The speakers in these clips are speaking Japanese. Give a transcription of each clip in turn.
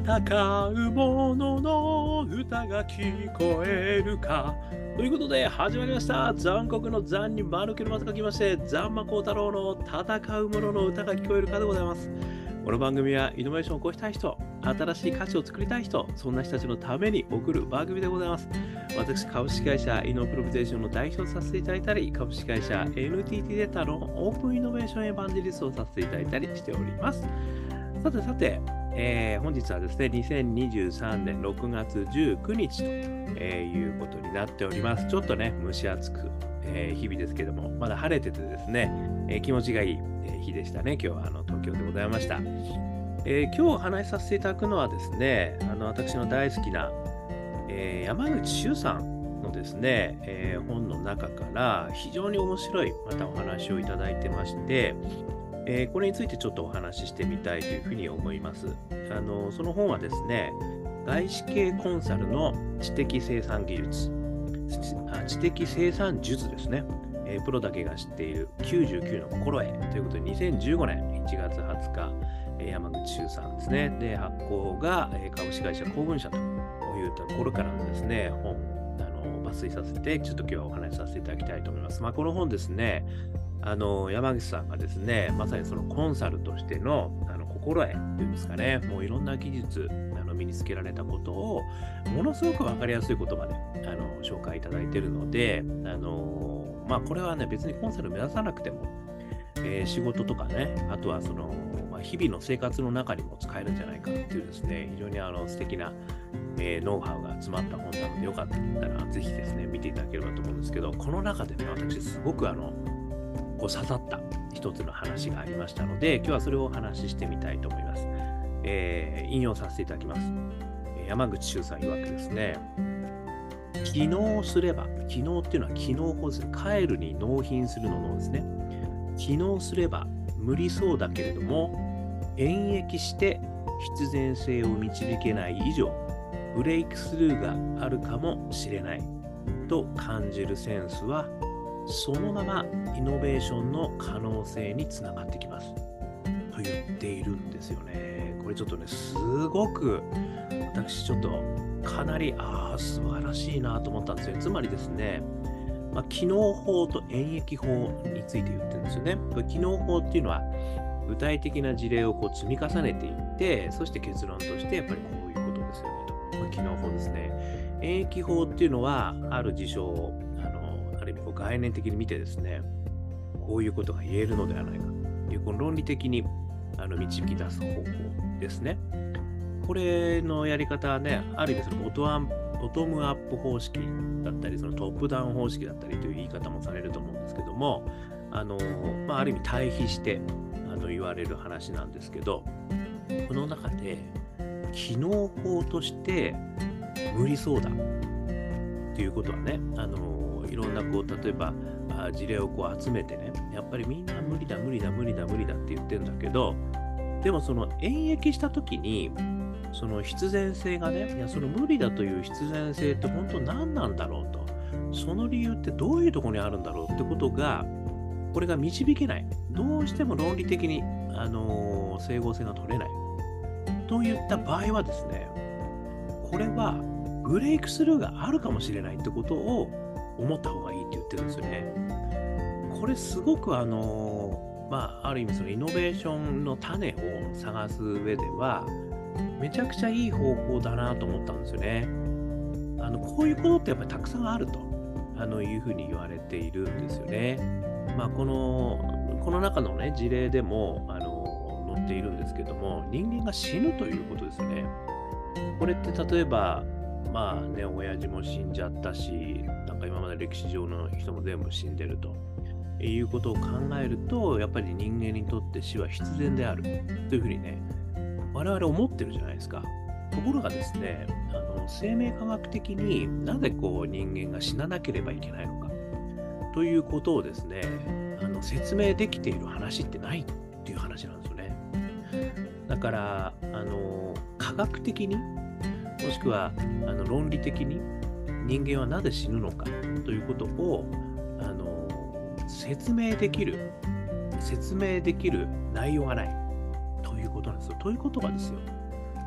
戦う者の歌が聞こえるか。ということで始まりました。残酷の残に丸けのまさがきまして、ザンマコウタロウの戦う者の歌が聞こえるかでございます。この番組はイノベーションを起こしたい人、新しい価値を作りたい人、そんな人たちのために送る番組でございます。私、株式会社イノプロビゼーションの代表をさせていただいたり、株式会社 NTT データのオープンイノベーションエヴァンジェリストをさせていただいたりしております。さて、本日はですね、2023年6月19日と、いうことになっております。ちょっとね、蒸し暑く、日々ですけども、まだ晴れててですね、気持ちがいい、日でしたね。今日は東京でございました。今日お話しさせていただくのはですね、私の大好きな、山口周さんのですね、本の中から非常に面白いまたお話をいただいてまして、これについてちょっとお話ししてみたいというふうに思います。その本はですね、外資系コンサルの知的生産技術、知的生産術ですね。プロだけが知っている99の心得ということで、2015年1月20日、山口周さんですね。で、発行が株式会社公文社というところからのですね、本抜粋させて、ちょっと今日はお話しさせていただきたいと思います。この本ですね、山口さんがですね、まさにそのコンサルとしての心得というんですかね、もういろんな技術、身につけられたことを、ものすごく分かりやすい言葉で紹介いただいているので、これはね、別にコンサル目指さなくても、仕事とかね、あとはその、日々の生活の中にも使えるんじゃないかっていうですね、非常に素敵な、ノウハウが詰まった本なので、よかったらぜひですね、見ていただければと思うんですけど、この中でね、私すごく刺さった一つの話がありましたので、今日はそれをお話ししてみたいと思います。引用させていただきます。山口周さん曰くですね、機能すれば、機能っていうのは機能法ですね。帰るに納品するののですね。機能すれば無理そうだけれども、演繹して必然性を導けない以上、ブレイクスルーがあるかもしれないと感じるセンスは、そのままイノベーションの可能性につながってきますと言っているんですよね。これちょっとね、すごく私ちょっとかなり素晴らしいなと思ったんですよ。つまりですね、機能法と演繹法について言ってるんですよね。機能法っていうのは具体的な事例を積み重ねていって、そして結論としてやっぱりこういうことですよねと。これ機能法ですね。演繹法っていうのはある事象をある意味概念的に見てですね、こういうことが言えるのではないかというこの論理的に導き出す方法ですね。これのやり方はね、ある意味そのボトムアップ方式だったり、そのトップダウン方式だったりという言い方もされると思うんですけども、ある意味対比して言われる話なんですけど、この中で機能法として無理そうだっていうことはね、いろんな例えば事例を集めてね、やっぱりみんな無理だって言ってるんだけど、でもその演繹した時にその必然性がね、いやその無理だという必然性って本当何なんだろうと、その理由ってどういうところにあるんだろうってことが、これが導けない、どうしても論理的に整合性が取れないといった場合はですね、これはブレイクスルーがあるかもしれないってことを思った方がいいって言ってるんですよね。これすごくある意味そのイノベーションの種を探す上ではめちゃくちゃいい方法だなと思ったんですよね。こういうことってやっぱりたくさんあるというふうに言われているんですよね。この中のね事例でも載っているんですけども、人間が死ぬということですよね。これって例えば親父も死んじゃったし、なんか今まで歴史上の人も全部死んでるということを考えると、やっぱり人間にとって死は必然であるというふうにね、我々思ってるじゃないですか。ところがですね、生命科学的になぜ人間が死ななければいけないのかということをですね、説明できている話ってないっていう話なんですよね。だから科学的にもしくは論理的に人間はなぜ死ぬのかということを説明できる内容がないということなんですよ。ということがですよ、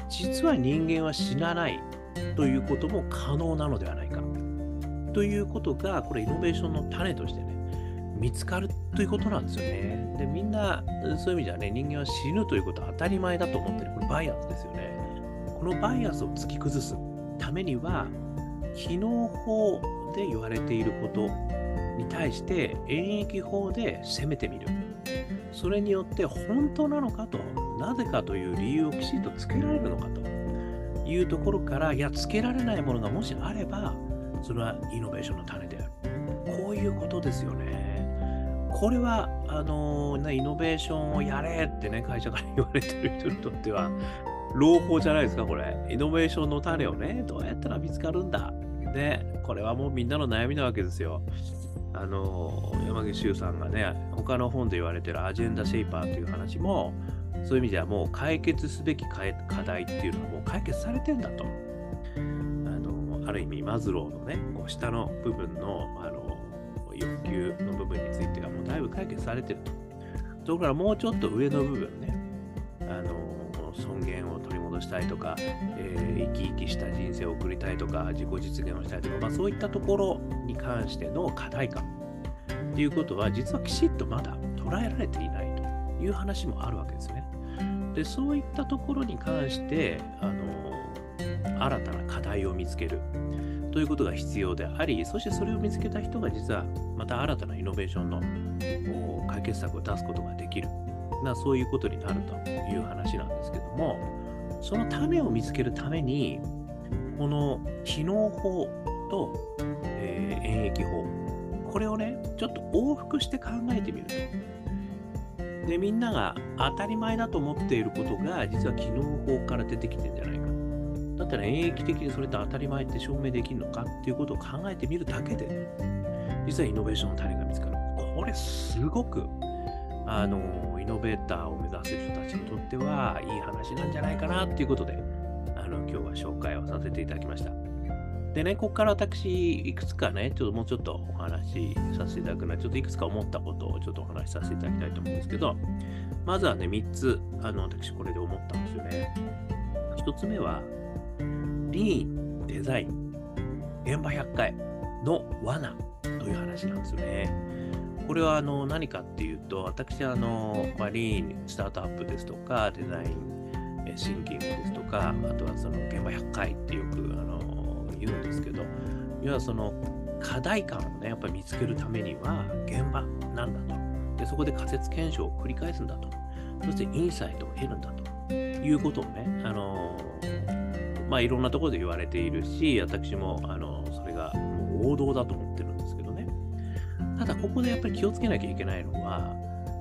実は人間は死なないということも可能なのではないかということが、これイノベーションの種としてね、見つかるということなんですよね。で、みんなそういう意味じゃね、人間は死ぬということは当たり前だと思ってる。これバイアスですよね。このバイアスを突き崩すためには、機能法で言われていることに対して演疫法で攻めてみる。それによって本当なのかと、なぜかという理由をきちんとつけられるのかというところから、いや、つけられないものがもしあれば、それはイノベーションの種である。こういうことですよね。これは、イノベーションをやれってね、会社から言われてる人にとっては、朗報じゃないですか、これ。イノベーションの種をね、どうやったら見つかるんだ。ね、これはもうみんなの悩みなわけですよ。山岸周さんがね、他の本で言われてるアジェンダシェイパーという話も、そういう意味ではもう解決すべき課題っていうのはもう解決されてんだと。ある意味、マズローのね、こう下の部分の、欲求の部分についてはもうだいぶ解決されてると。そこからもうちょっと上の部分ね、尊厳を取り戻したいとか、生き生きした人生を送りたいとか、自己実現をしたいとか、そういったところに関しての課題感っていうことは、実はきちっとまだ捉えられていないという話もあるわけですよね。で、そういったところに関して、新たな課題を見つけるということが必要であり、そしてそれを見つけた人が実はまた新たなイノベーションの解決策を出すことができる。そういうことになるという話なんですけども、その種を見つけるために、この機能法と、演疫法、これをね、ちょっと往復して考えてみると。で、みんなが当たり前だと思っていることが、実は機能法から出てきてるんじゃないか。だったら演疫的にそれって当たり前って証明できるのかっていうことを考えてみるだけで、実はイノベーションの種が見つかる。これすごくイノベーターを目指す人たちにとってはいい話なんじゃないかなっていうことで、今日は紹介をさせていただきました。でね、ここから私、いくつかね、もうちょっとお話しさせていただくのは、ちょっといくつか思ったことをちょっとお話しさせていただきたいと思うんですけど、まずはね、3つ、私これで思ったんですよね。1つ目は、リーン、デザイン、現場100回の罠という話なんですよね。これは何かっていうと、私はリーン、スタートアップですとか、デザイン、シンキングですとか、あとはその現場100回ってよく言うんですけど、要はその課題感をね、やっぱり見つけるためには現場なんだと。で、そこで仮説検証を繰り返すんだと。そしてインサイトを得るんだということをね、いろんなところで言われているし、私もそれがもう王道だと思ってるんですけどね。ただここでやっぱり気をつけなきゃいけないのは、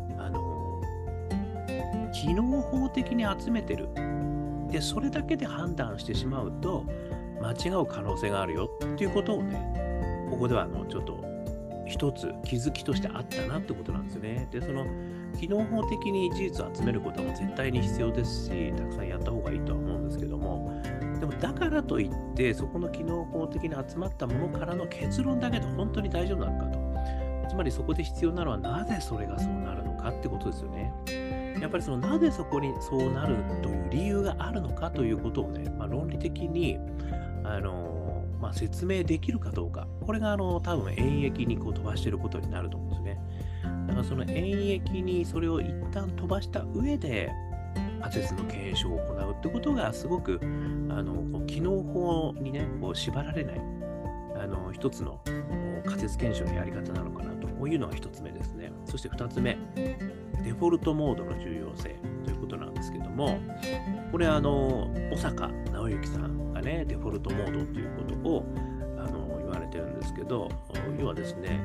機能法的に集めてる。で、それだけで判断してしまうと、間違う可能性があるよっていうことをね、ここではちょっと一つ気づきとしてあったなってことなんですよね。で、その機能法的に事実を集めることも絶対に必要ですし、たくさんやった方がいいとは思うんですけども、でもだからといって、そこの機能法的に集まったものからの結論だけで本当に大丈夫なのかと。つまりそこで必要なのはなぜそれがそうなるのかってことですよね。やっぱりそのなぜそこにそうなるという理由があるのかということをね、論理的に説明できるかどうか、これが多分演疫に飛ばしていることになると思うんですね。だからその演疫にそれを一旦飛ばした上で仮説の検証を行うってことがすごく機能法にね縛られない一つの仮説検証のやり方なのかなというのが一つ目ですね。そして二つ目、デフォルトモードの重要性ということなんですけども、これ小坂直之さんがね、デフォルトモードということを言われてるんですけど、要はですね、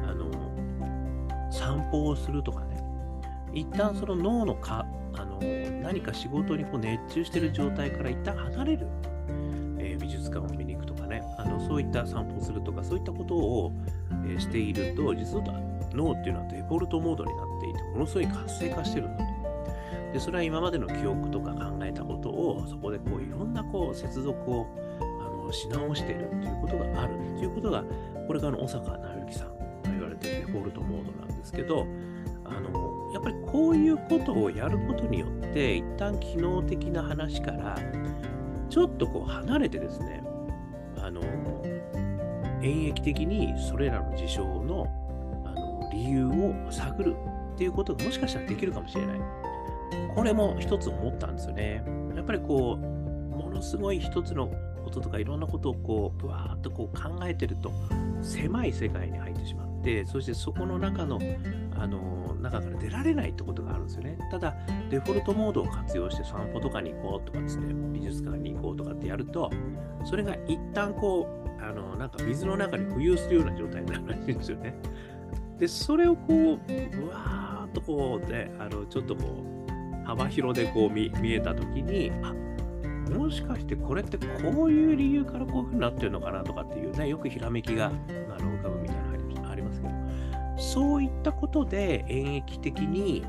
散歩をするとかね、一旦その脳の何か仕事に熱中している状態から一旦離れる、美術館を見に行くとかね、そういった散歩をするとか、そういったことを、していると、実は脳っていうのはデフォルトモードになっていて、ものすごい活性化してるんだと。で、それは今までの記憶とか考えたことを、そこでいろんな接続をし直しているということがあるということが、これが小坂直之さんが言われているデフォルトモードなんですけど、 やっぱりこういうことをやることによって、一旦機能的な話から、ちょっとこう離れてですね、あの、演疫的にそれらの事象の、理由を探るっていうことがもしかしたらできるかもしれない。これも一つ思ったんですよね。やっぱりこう、ものすごい一つのこととかいろんなことをこう、ぶわーっとこう考えてると、狭い世界に入ってしまって、そしてそこの中の、中から出られないってことがあるんですよね。ただ、デフォルトモードを活用して散歩とかに行こうとかですね、美術館に行こうとかってやると、それが一旦こう、なんか水の中に浮遊するような状態になるらしいんですよね。で、それをこう、ぶわーっとこうね、ちょっとこう、幅広でこう見えたときに、もしかしてこれってこういう理由からこういうふうになってるのかなとかっていうね、よくひらめきが浮かぶみたいなのがありますけど、そういったことで演疫的に、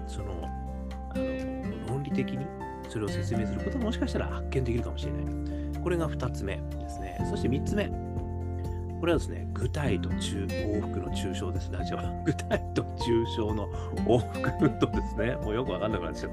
論理的にそれを説明することがもしかしたら発見できるかもしれない。これが2つ目ですね。そして3つ目。これはですね、具体と往復の抽象です。ラジオは。具体と抽象の往復運動ですね。もうよくわかんなくなっちゃった。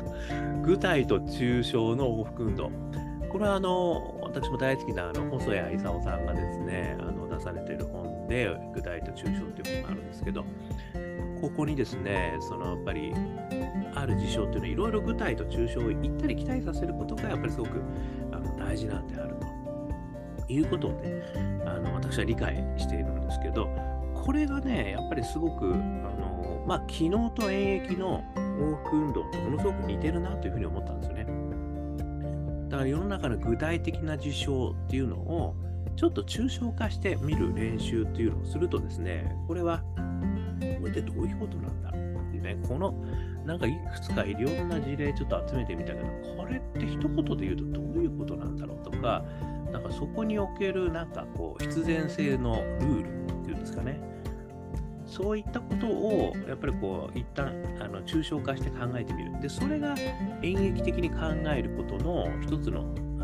具体と抽象の往復運動。これは私も大好きな細谷勲さんがですね、出されている本で、具体と抽象という本があるんですけど、ここにですね、やっぱり、ある事象っていうのは、いろいろ具体と抽象を行ったり来たりさせることが、やっぱりすごく大事なんであるということをね、私は理解しているんですけど、これがね、やっぱりすごく、機能と演疫の往復運動とものすごく似てるなというふうに思ったんですよね。だから世の中の具体的な事象っていうのをちょっと抽象化して見る練習っていうのをするとですね、これってどういうことなんだろうっていうね、なんかいくつかいろんな事例ちょっと集めてみたけど、これって一言で言うとどういうことなんだろうとか、なんかそこにおけるなんかこう必然性のルールっていうんですかね。そういったことをやっぱりこう一旦抽象化して考えてみる。で、それが演疫的に考えることの一つの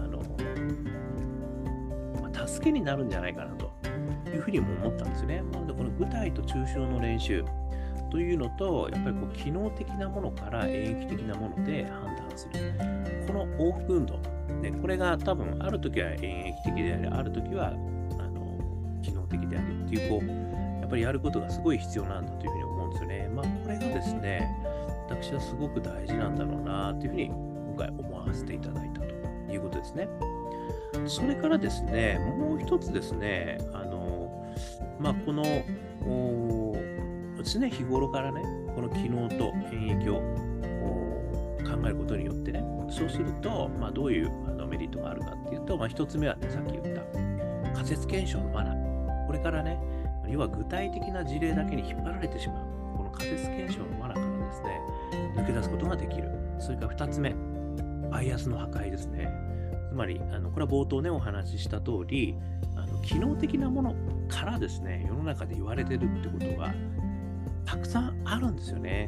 助けになるんじゃないかなというふうにも思ったんですよね。なのでこの具体と抽象の練習というのと、やっぱりこう機能的なものから演疫的なもので判断する。この往復運動、ね、これが多分あるときは演疫的であり、あるときは機能的でありっていうこうやっぱりやることがすごい必要なんだというふうに思うんですよね。これがですね、私はすごく大事なんだろうなというふうに今回思わせていただいたということですね。それからですね、もう一つですね、この常日頃からね、この機能と演疫を考えることによってね、そうすると、どういうメリットがあるかっていうと、一つ目はね、さっき言った仮説検証の罠。これからね、要は具体的な事例だけに引っ張られてしまう。この仮説検証の罠からですね、抜け出すことができる。それから2つ目、バイアスの破壊ですね。つまり、これは冒頭ね、お話しした通り、機能的なものからですね、世の中で言われてるってことがたくさんあるんですよね。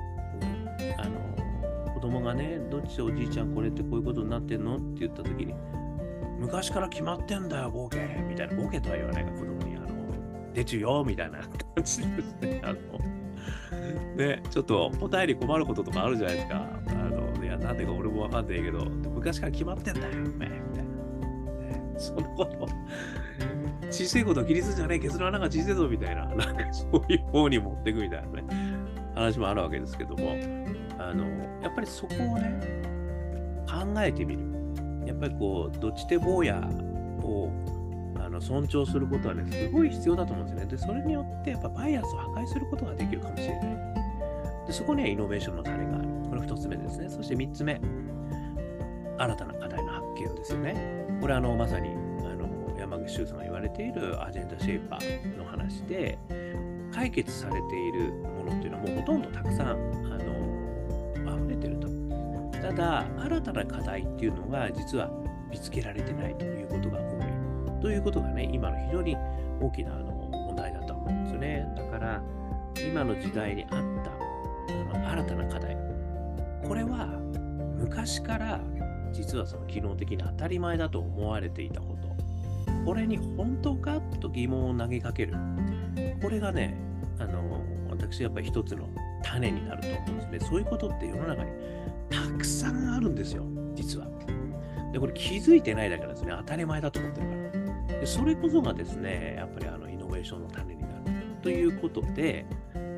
子供がね、どっちでおじいちゃんこれってこういうことになってんのって言ったときに、昔から決まってんだよ、ボケみたいな、ボケとは言わないが、子供に、出ちゅよみたいな感じですね。ね、ちょっと答えに困ることとかあるじゃないですか。いや、なんでか俺もわかんないけど、昔から決まってんだよ、みたいな。そのこと、小さいことを気にするんじゃねえ、ケツの穴が小さいぞ、みたいな、なんかそういう方に持っていくみたいなね、話もあるわけですけども、やっぱりそこをね、考えてみる。やっぱりこう、どっちで坊やを尊重することはね、すごい必要だと思うんですよね。で、それによって、やっぱバイアスを破壊することができるかもしれない。で、そこにはイノベーションの種がある。これ2つ目ですね。そして3つ目、新たな課題の発見ですよね。これはまさに山口周さんが言われているアジェンダシェイパーの話で、解決されているものっていうのはもうほとんどたくさん溢れてると。ただ、新たな課題っていうのが実は見つけられてないということが多い。ということがね、今の非常に大きな問題だと思うんですよね。だから、今の時代にあった新たな課題。これは昔から実はその機能的に当たり前だと思われていたこと。これに本当かと疑問を投げかける。これがね、私やっぱり一つの種になると思うんですね。そういうことって世の中にたくさんあるんですよ、実は。で、これ気づいてないだけなんですね。当たり前だと思ってるから。で、それこそがですね、やっぱりイノベーションの種になるということで、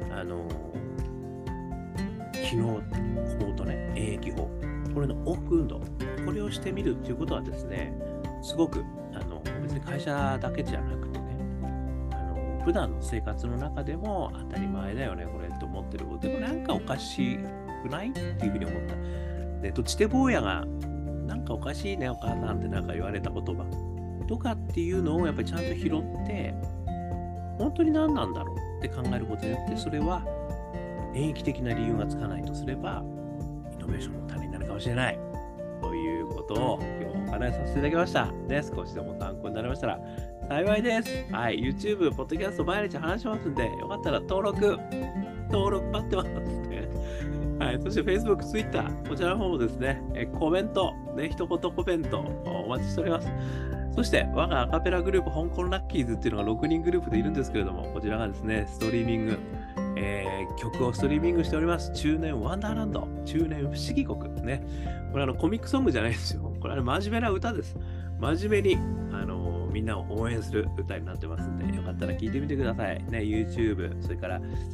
機能法とね、演疫法、これの往復運動、これをしてみるということはですね、すごく別に会社だけじゃなくてね、普段の生活の中でも当たり前だよね、これと思ってる。でもなんかおかしくないっていうふうに思った。で、ちて坊やが、なんかおかしいね、お母さんってなんか言われた言葉とかっていうのをやっぱりちゃんと拾って、本当に何なんだろうって考えることによって、それは演疫的な理由がつかないとすれば、イノベーションの種になるかもしれない。ということを今日お話しさせていただきました。ね、少しでも参考になりましたら幸いです。はい、YouTube、ポッドキャスト毎日話しますんで、よかったら登録待ってますね。はい、そして Facebook、Twitter、こちらの方もですね、コメント、ね、一言コメントお待ちしております。そして、我がアカペラグループ、香港ラッキーズっていうのが6人グループでいるんですけれども、こちらがですね、ストリーミング、曲をストリーミングしております。中年ワンダーランド、中年不思議国ね。これコミックソングじゃないですよ。これ真面目な歌です。真面目に、みんなを応援する歌になってますんで、よかったら聴いてみてください。ね、YouTube、それから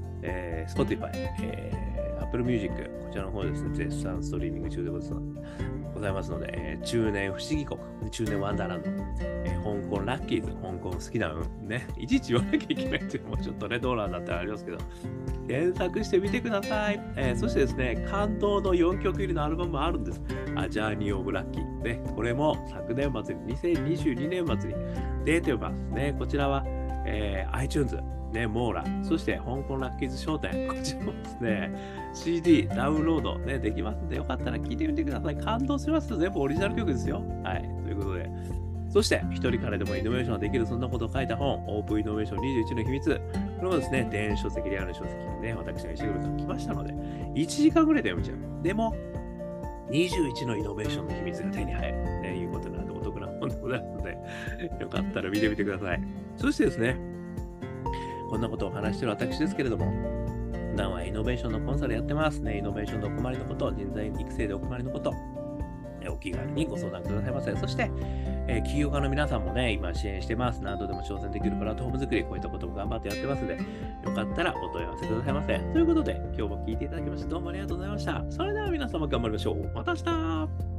、Spotify、Apple Music、こちらの方ですね、絶賛ストリーミング中でございますので、中年不思議国、中年ワンダーランド、香港ラッキーズ、香港好きな運、ね、いちいち言わなきゃいけないっていうのもちょっとね、どうなんだってありますけど、検索してみてください。そしてですね、感動の4曲入りのアルバムもあるんです。ジャーニー・オブ・ラッキー。ね、これも昨年末に、2022年末に出てますね。こちらは、iTunes、ね、モーラ、そして香港ラッキーズ商店、こちらもですね、CD、ダウンロード、ね、できますんで、よかったら聴いてみてください。感動します。全部オリジナル曲ですよ。はい、ということで。そして、一人からでもイノベーションができる、そんなことを書いた本、オープンイノベーション21の秘密。これもですね、電子書籍、リアル書籍ね、私が石黒さん来ましたので、1時間ぐらいで読めちゃう。でも、21のイノベーションの秘密が手に入る。ね、いうことなんでお得な本でございますので、よかったら見てみてください。そしてですね、こんなことを話している私ですけれども、普段はイノベーションのコンサルやってますね。イノベーションでお困りのこと、人材育成でお困りのこと、お気軽にご相談くださいませ。そして、起業家の皆さんもね、今支援してます。何度でも挑戦できるプラットフォーム作り、こういったことも頑張ってやってますので、よかったらお問い合わせくださいませ。ということで、今日も聞いていただきまして、どうもありがとうございました。それでは皆様頑張りましょう。また明日。